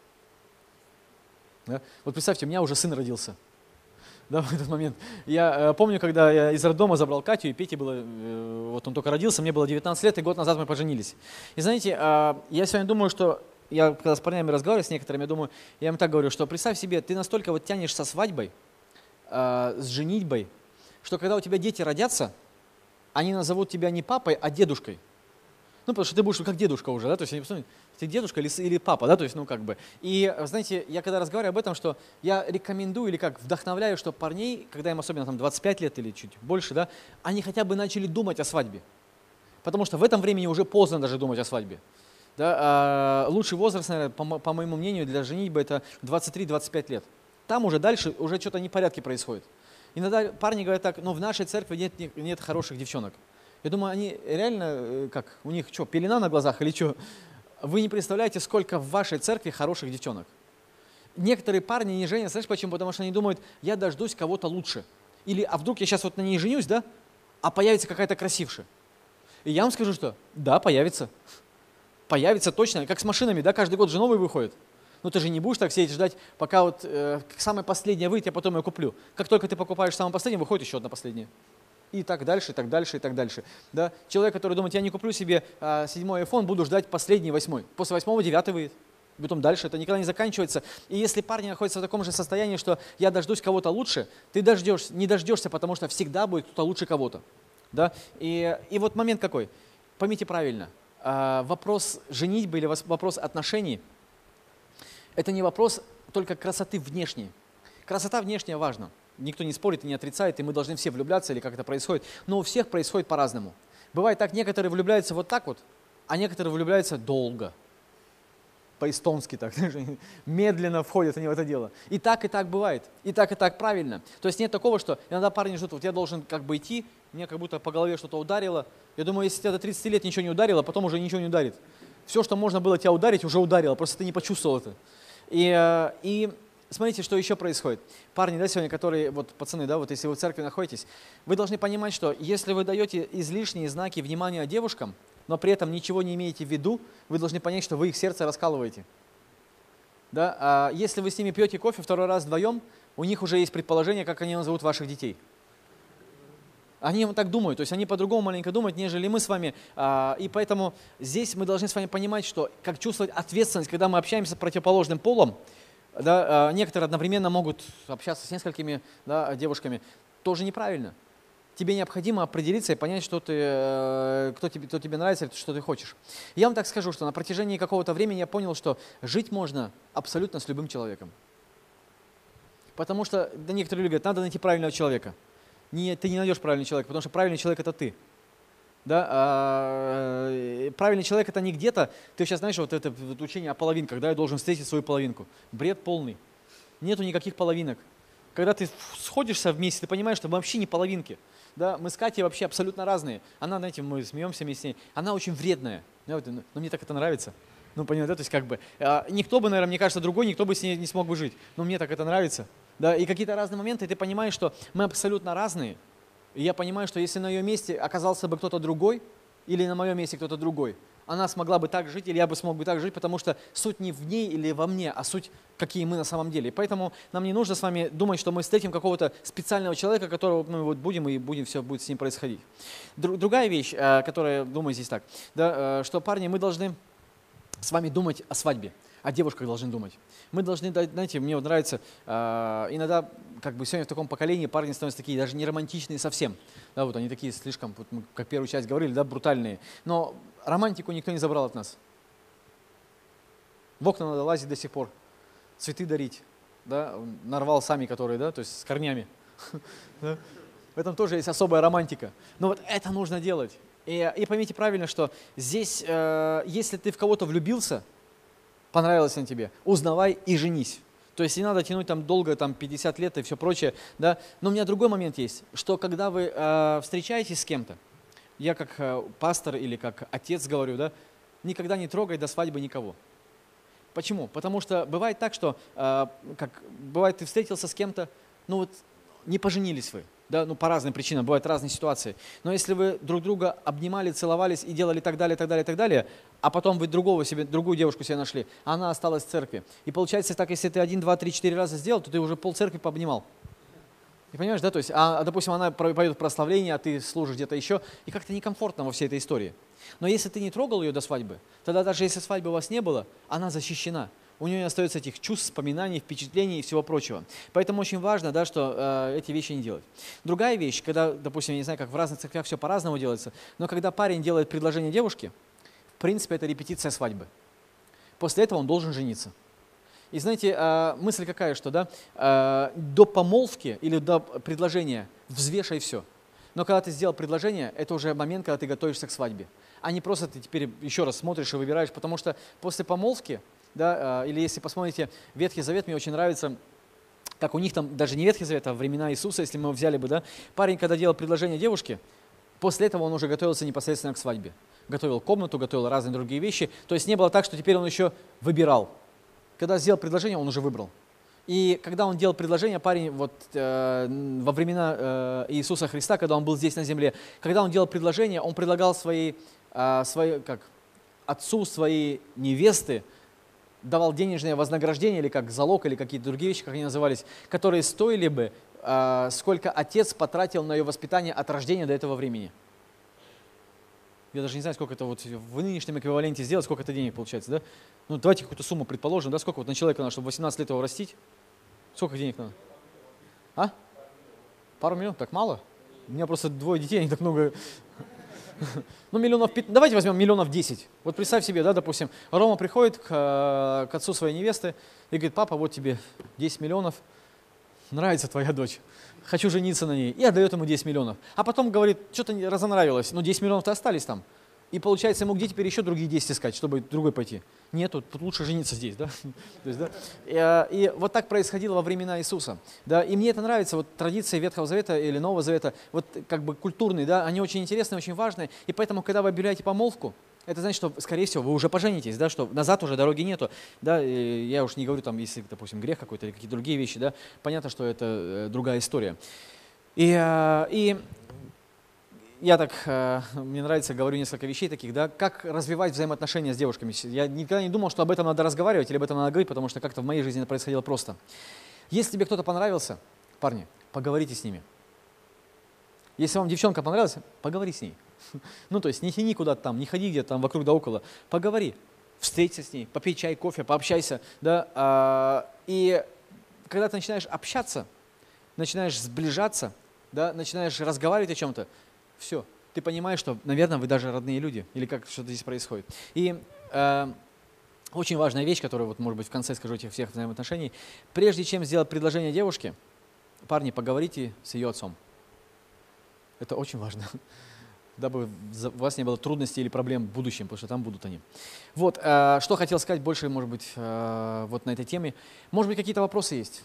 S1: Да? Вот представьте, у меня уже сын родился, да, в этот момент. Я э, помню, когда я из роддома забрал Катю, и Пете было, э, вот он только родился, мне было девятнадцать лет, и год назад мы поженились. И знаете, э, я сегодня думаю, что, я когда с парнями разговариваю, с некоторыми, я думаю, я им так говорю, что представь себе, ты настолько вот тянешь со свадьбой, э, с женитьбой, что когда у тебя дети родятся, они назовут тебя не папой, а дедушкой. Ну, потому что ты будешь как дедушка уже, да, то есть они посмотрят, ты дедушка или, или папа, да, то есть, ну, как бы. И, знаете, я когда разговариваю об этом, что я рекомендую или как вдохновляю, что парней, когда им особенно там двадцать пять лет или чуть больше, да, они хотя бы начали думать о свадьбе. Потому что в этом времени уже поздно даже думать о свадьбе. Да, а лучший возраст, наверное, по, по моему мнению, для женитьбы это двадцать три - двадцать пять лет. Там уже дальше уже что-то непорядки происходит. Иногда парни говорят так, ну, в нашей церкви нет, нет хороших девчонок. Я думаю, они реально, как, у них что, пелена на глазах или что? Вы не представляете, сколько в вашей церкви хороших девчонок. Некоторые парни не женятся, знаешь почему? Потому что они думают, я дождусь кого-то лучше. Или, а вдруг я сейчас вот на ней женюсь, да, а появится какая-то красившая. И я вам скажу, что да, появится. Появится точно, как с машинами, да, каждый год же новый выходит. Но ты же не будешь так сидеть ждать, пока вот э, самая последняя выйдет, я потом ее куплю. Как только ты покупаешь самую последнюю, выходит еще одна последняя. И так дальше, и так дальше, и так дальше. Да? Человек, который думает, я не куплю себе а, седьмой айфон, буду ждать последний восьмой. После восьмого девятый выйдет. И потом дальше, это никогда не заканчивается. И если парень находится в таком же состоянии, что я дождусь кого-то лучше, ты дождешься, не дождешься, потому что всегда будет кто-то лучше кого-то. Да? И, и вот момент какой. Поймите правильно, а, вопрос женитьбы или вопрос отношений, это не вопрос только красоты внешней. Красота внешняя важна. Никто не спорит и не отрицает, и мы должны все влюбляться, или как это происходит. Но у всех происходит по-разному. Бывает так, некоторые влюбляются вот так вот, а некоторые влюбляются долго. По-эстонски так, медленно входят они в это дело. И так, и так бывает. И так, и так правильно. То есть нет такого, что иногда парни ждут, вот я должен как бы идти, мне как будто по голове что-то ударило. Я думаю, если тебя до тридцати лет ничего не ударило, потом уже ничего не ударит. Все, что можно было тебя ударить, уже ударило, просто ты не почувствовал это. И, и смотрите, что еще происходит. Парни, да, сегодня, которые, вот пацаны, да, вот если вы в церкви находитесь, вы должны понимать, что если вы даете излишние знаки внимания девушкам, но при этом ничего не имеете в виду, вы должны понять, что вы их сердце раскалываете. Да? А если вы с ними пьете кофе второй раз вдвоем, у них уже есть предположение, как они назовут ваших детей. Они вот так думают, то есть они по-другому маленько думают, нежели мы с вами. А, и поэтому здесь мы должны с вами понимать, что как чувствовать ответственность, когда мы общаемся с противоположным полом, Да, а некоторые одновременно могут общаться с несколькими, да, девушками. Тоже неправильно. Тебе необходимо определиться и понять, что ты, э, кто, тебе, кто тебе нравится, что ты хочешь. Я вам так скажу, что на протяжении какого-то времени я понял, что жить можно абсолютно с любым человеком. Потому что да, некоторые люди говорят, надо найти правильного человека. Не, ты не найдешь правильного человека, потому что правильный человек – это ты. Да? А, правильный человек – это не где-то, ты сейчас знаешь, вот это вот учение о половинках, да, я должен встретить свою половинку. Бред полный. Нету никаких половинок. Когда ты сходишься вместе, ты понимаешь, что мы вообще не половинки. Да? Мы с Катей вообще абсолютно разные. Она, знаете, мы смеемся вместе с ней, она очень вредная. Но мне так это нравится. Ну, понимаете, да? То есть как бы, а, никто бы, наверное, мне кажется, другой, никто бы с ней не смог бы жить. Но мне так это нравится. Да? И какие-то разные моменты, и ты понимаешь, что мы абсолютно разные. И я понимаю, что если на ее месте оказался бы кто-то другой, или на моем месте кто-то другой, она смогла бы так жить, или я бы смог бы так жить, потому что суть не в ней или во мне, а суть, какие мы на самом деле. И поэтому нам не нужно с вами думать, что мы встретим какого-то специального человека, которого мы вот будем, и будем, все будет с ним происходить. Другая вещь, которая, думаю, здесь так, да, что, парни, мы должны с вами думать о свадьбе. О девушках должны думать. Мы должны, знаете, мне вот нравится, э, иногда, как бы сегодня в таком поколении парни становятся такие даже не романтичные совсем. Да, вот они такие слишком, вот мы, как первую часть говорили, да, брутальные. Но романтику никто не забрал от нас. В окна надо лазить до сих пор, цветы дарить, да, нарвал сами, которые, да, то есть с корнями. В этом тоже есть особая романтика. Но вот это нужно делать. И, и поймите правильно, что здесь, э, если ты в кого-то влюбился, понравилось он тебе, узнавай и женись. То есть не надо тянуть там долго, там пятьдесят лет и все прочее. Да? Но у меня другой момент есть, что когда вы э, встречаетесь с кем-то, я как э, пастор или как отец говорю, да, никогда не трогай до свадьбы никого. Почему? Потому что бывает так, что э, как, бывает ты встретился с кем-то, ну вот не поженились вы. Да, ну, по разным причинам, бывают разные ситуации. Но если вы друг друга обнимали, целовались и делали так далее, так далее, так далее, а потом вы другого себе, другую девушку себе нашли, она осталась в церкви. И получается так, если ты один, два, три, четыре раза сделал, то ты уже пол церкви пообнимал. И понимаешь, да, то есть, а, допустим, она пойдет в прославление, а ты служишь где-то еще, и как-то некомфортно во всей этой истории. Но если ты не трогал ее до свадьбы, тогда даже если свадьбы у вас не было, она защищена. У нее не остается этих чувств, вспоминаний, впечатлений и всего прочего. Поэтому очень важно, да, что э, эти вещи не делать. Другая вещь, когда, допустим, я не знаю, как в разных церквях все по-разному делается, но когда парень делает предложение девушке, в принципе, это репетиция свадьбы. После этого он должен жениться. И знаете, э, мысль какая, что да, э, до помолвки или до предложения взвешай все. Но когда ты сделал предложение, это уже момент, когда ты готовишься к свадьбе. А не просто ты теперь еще раз смотришь и выбираешь, потому что после помолвки, да, или если посмотрите Ветхий Завет, мне очень нравится, как у них там, даже не Ветхий Завет, а времена Иисуса, если мы взяли бы, да, парень, когда делал предложение девушке, после этого он уже готовился непосредственно к свадьбе. Готовил комнату, готовил разные другие вещи. То есть не было так, что теперь он еще выбирал. Когда сделал предложение, он уже выбрал. И когда он делал предложение, парень вот э, во времена э, Иисуса Христа, когда он был здесь на земле, когда он делал предложение, он предлагал своей, э, своей как, отцу своей невесты, давал денежное вознаграждение, или как залог, или какие-то другие вещи, как они назывались, которые стоили бы, э, сколько отец потратил на ее воспитание от рождения до этого времени. Я даже не знаю, сколько это вот в нынешнем эквиваленте сделать, сколько это денег получается, да? Ну, давайте какую-то сумму предположим, да, сколько вот на человека надо, чтобы восемнадцать лет его растить? Сколько денег надо? А? Пару миллионов? Так мало? У меня просто двое детей, они так много... Ну, миллионов пятнадцать, давайте возьмем миллионов десять. Вот представь себе, да, допустим, Рома приходит к, к отцу своей невесты и говорит: папа, вот тебе десять миллионов, нравится твоя дочь, хочу жениться на ней, и отдает ему десять миллионов. А потом говорит, что-то разонравилось, но десять миллионов-то остались там. И получается, ему где теперь еще другие десять искать, чтобы другой пойти? Нету, тут лучше жениться здесь, да? То есть, да? И, и вот так происходило во времена Иисуса. Да? И мне это нравится, вот традиции Ветхого Завета или Нового Завета, вот как бы культурные, да, они очень интересные, очень важные. И поэтому, когда вы объявляете помолвку, это значит, что, скорее всего, вы уже поженитесь, да, что назад уже дороги нету. Да? И я уж не говорю, там, если, допустим, грех какой-то или какие-то другие вещи, да, понятно, что это другая история. И, и я так, мне нравится, говорю несколько вещей таких, да, как развивать взаимоотношения с девушками. Я никогда не думал, что об этом надо разговаривать или об этом надо говорить, потому что как-то в моей жизни это происходило просто. Если тебе кто-то понравился, парни, поговорите с ними. Если вам девчонка понравилась, поговори с ней. Ну, то есть не тяни куда-то там, не ходи где-то там вокруг да около, поговори. встреться с ней, попей чай, кофе, пообщайся, да, а, и когда ты начинаешь общаться, начинаешь сближаться, да, начинаешь разговаривать о чем-то, все, ты понимаешь, что, наверное, вы даже родные люди, или как что-то здесь происходит. И э, очень важная вещь, которую, вот, может быть, в конце скажу этих всех взаимоотношений, прежде чем сделать предложение девушке, парни, поговорите с ее отцом. Это очень важно, дабы у вас не было трудностей или проблем в будущем, потому что там будут они. Вот, э, что хотел сказать больше, может быть, э, вот на этой теме. Может быть, какие-то вопросы есть?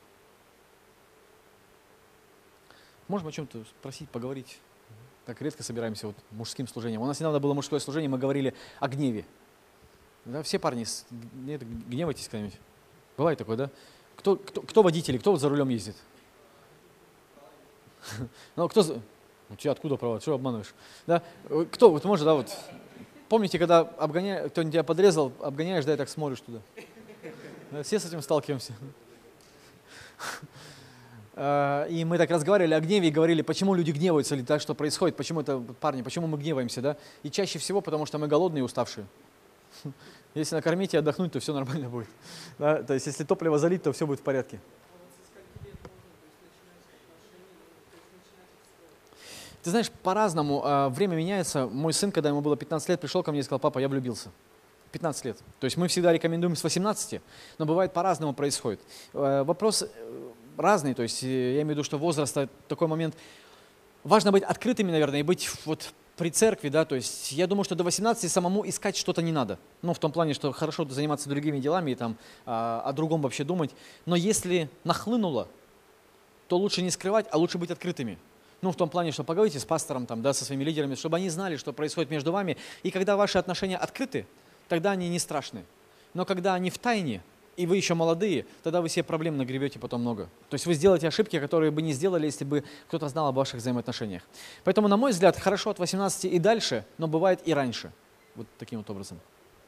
S1: Можем о чем-то спросить, поговорить? Так редко собираемся вот мужским служением. У нас недавно было мужское служение, мы говорили о гневе. Да, все парни, нет, гневайтесь когда-нибудь. Бывает такое, да? Кто, кто, кто водители, кто вот за рулем ездит? Ну, кто... У тебя откуда права? Что обманываешь? Да? Кто, вот может, да, вот. Помните, когда обгоняешь, кто-нибудь тебя подрезал, обгоняешь, да, и так смотришь туда. Да, все с этим сталкиваемся. И мы так разговаривали о гневе и говорили, почему люди гневаются, или так, что происходит, почему это, парни, почему мы гневаемся, да? И чаще всего, потому что мы голодные и уставшие. Если накормить и отдохнуть, то все нормально будет. Да? То есть, если топливо залить, то все будет в порядке. Ты знаешь, по-разному э, время меняется. Мой сын, когда ему было пятнадцать лет, пришел ко мне и сказал: папа, я влюбился. пятнадцать лет. То есть мы всегда рекомендуем с восемнадцати, но бывает по-разному происходит. Э, вопрос разный, то есть я имею в виду, что возраст такой момент. Важно быть открытыми, наверное, и быть вот при церкви, да, то есть я думаю, что до восемнадцати самому искать что-то не надо. Ну, в том плане, что хорошо заниматься другими делами и там э, о другом вообще думать. Но если нахлынуло, то лучше не скрывать, а лучше быть открытыми. Ну, в том плане, что поговорите с пастором, там, да, со своими лидерами, чтобы они знали, что происходит между вами. И когда ваши отношения открыты, тогда они не страшны. Но когда они в тайне, и вы еще молодые, тогда вы себе проблем нагребете потом много. То есть вы сделаете ошибки, которые бы не сделали, если бы кто-то знал об ваших взаимоотношениях. Поэтому, на мой взгляд, хорошо от восемнадцати и дальше, но бывает и раньше. Вот таким вот образом.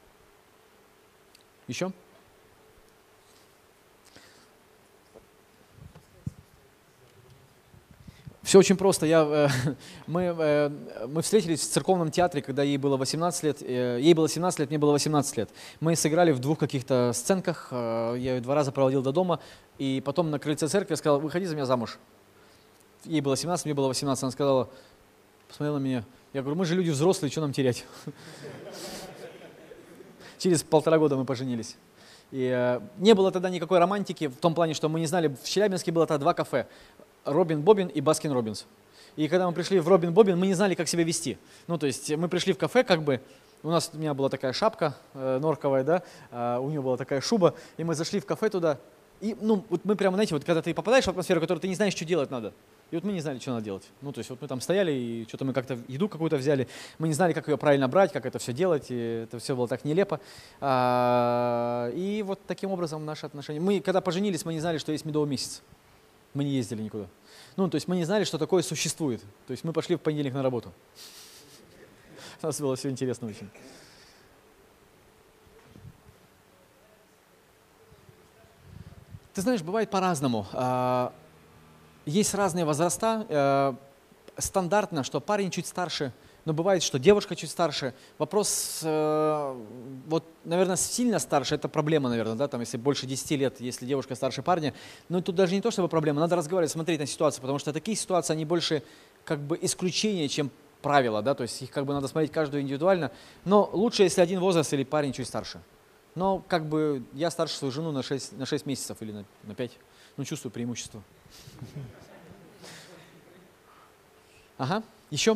S1: Еще? Все очень просто. Я, э, мы, э, мы встретились в церковном театре, когда ей было восемнадцать лет. Э, ей было семнадцать лет, мне было восемнадцать лет. Мы сыграли в двух каких-то сценках. Э, я ее два раза проводил до дома. И потом на крыльце церкви я сказал: выходи за меня замуж. Ей было семнадцать, мне было восемнадцать. Она сказала, посмотрела на меня. Я говорю: мы же люди взрослые, что нам терять? Через полтора года мы поженились. И э, не было тогда никакой романтики в том плане, что мы не знали, в Челябинске было тогда два кафе. Робин Бобин и Баскин Робинс. И когда мы пришли в Робин Бобин, мы не знали, как себя вести. Ну, то есть мы пришли в кафе, как бы, у нас, у меня была такая шапка э, норковая, да, э, у нее была такая шуба, и мы зашли в кафе туда, и, ну, вот мы прямо, знаете, вот когда ты попадаешь в атмосферу, в которой ты не знаешь, что делать надо, и вот мы не знали, что надо делать. Ну, то есть вот мы там стояли, и что-то мы как-то еду какую-то взяли, мы не знали, как ее правильно брать, как это все делать, и это все было так нелепо. А, и вот таким образом наши отношения. Мы, когда поженились, мы не знали, что есть медовый месяц. Мы не ездили никуда. Ну, то есть мы не знали, что такое существует. То есть мы пошли в понедельник на работу. У нас было все интересно очень. Ты знаешь, бывает по-разному. Есть разные возраста. Стандартно, что парень чуть старше, но бывает, что девушка чуть старше. Вопрос, э, вот, наверное, сильно старше, это проблема, наверное, да, там, если больше десяти лет, если девушка старше парня. Но тут даже не то, чтобы проблема, надо разговаривать, смотреть на ситуацию, потому что такие ситуации, они больше как бы исключения, чем правила, да, то есть их как бы надо смотреть каждую индивидуально. Но лучше, если один возраст или парень чуть старше. Но как бы я старше свою жену на шесть, на шесть месяцев или на, на пять, ну, чувствую преимущество. Ага, еще?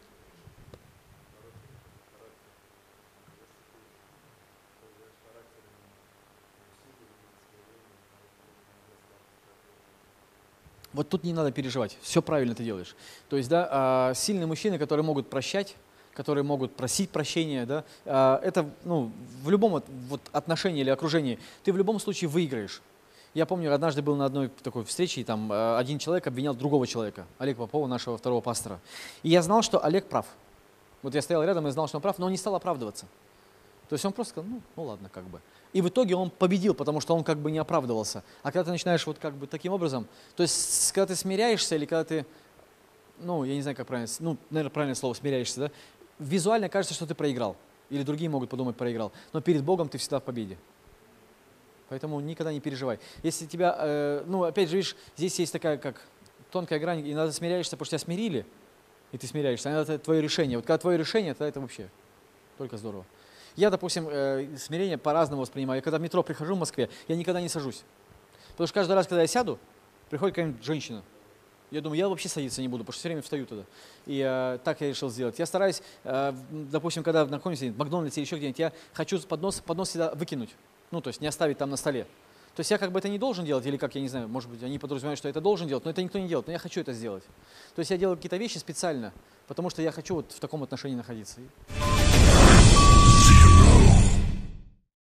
S1: Вот тут не надо переживать, все правильно ты делаешь. То есть, да, сильные мужчины, которые могут прощать, которые могут просить прощения, да, это, ну, в любом вот отношении или окружении ты в любом случае выиграешь. Я помню, однажды был на одной такой встрече, и там один человек обвинял другого человека, Олег Попова, нашего второго пастора. И я знал, что Олег прав. Вот я стоял рядом и знал, что он прав, но он не стал оправдываться. То есть он просто сказал, ну, ну ладно, как бы. И в итоге он победил, потому что он как бы не оправдывался. А когда ты начинаешь вот как бы таким образом, то есть когда ты смиряешься или когда ты, ну, я не знаю, как правильно, ну, наверное, правильное слово, смиряешься, да, визуально кажется, что ты проиграл. Или другие могут подумать, проиграл. Но перед Богом ты всегда в победе. Поэтому никогда не переживай. Если тебя, э, ну, опять же, видишь, здесь есть такая, как тонкая грань, и надо смиряешься, потому что тебя смирили, и ты смиряешься, а это твое решение. Вот когда твое решение, тогда это вообще только здорово. Я, допустим, э, смирение по-разному воспринимаю. Я когда в метро прихожу в Москве, я никогда не сажусь. Потому что каждый раз, когда я сяду, приходит какая-нибудь женщина. Я думаю, я вообще садиться не буду, потому что все время встаю туда. И э, так я решил сделать. Я стараюсь, э, допустим, когда находимся в Макдональдсе или еще где-нибудь, я хочу поднос, поднос всегда выкинуть. Ну, то есть не оставить там на столе. То есть я как бы это не должен делать, или как, я не знаю, может быть, они подразумевают, что я это должен делать, но это никто не делает, но я хочу это сделать. То есть я делаю какие-то вещи специально, потому что я хочу вот в таком отношении находиться.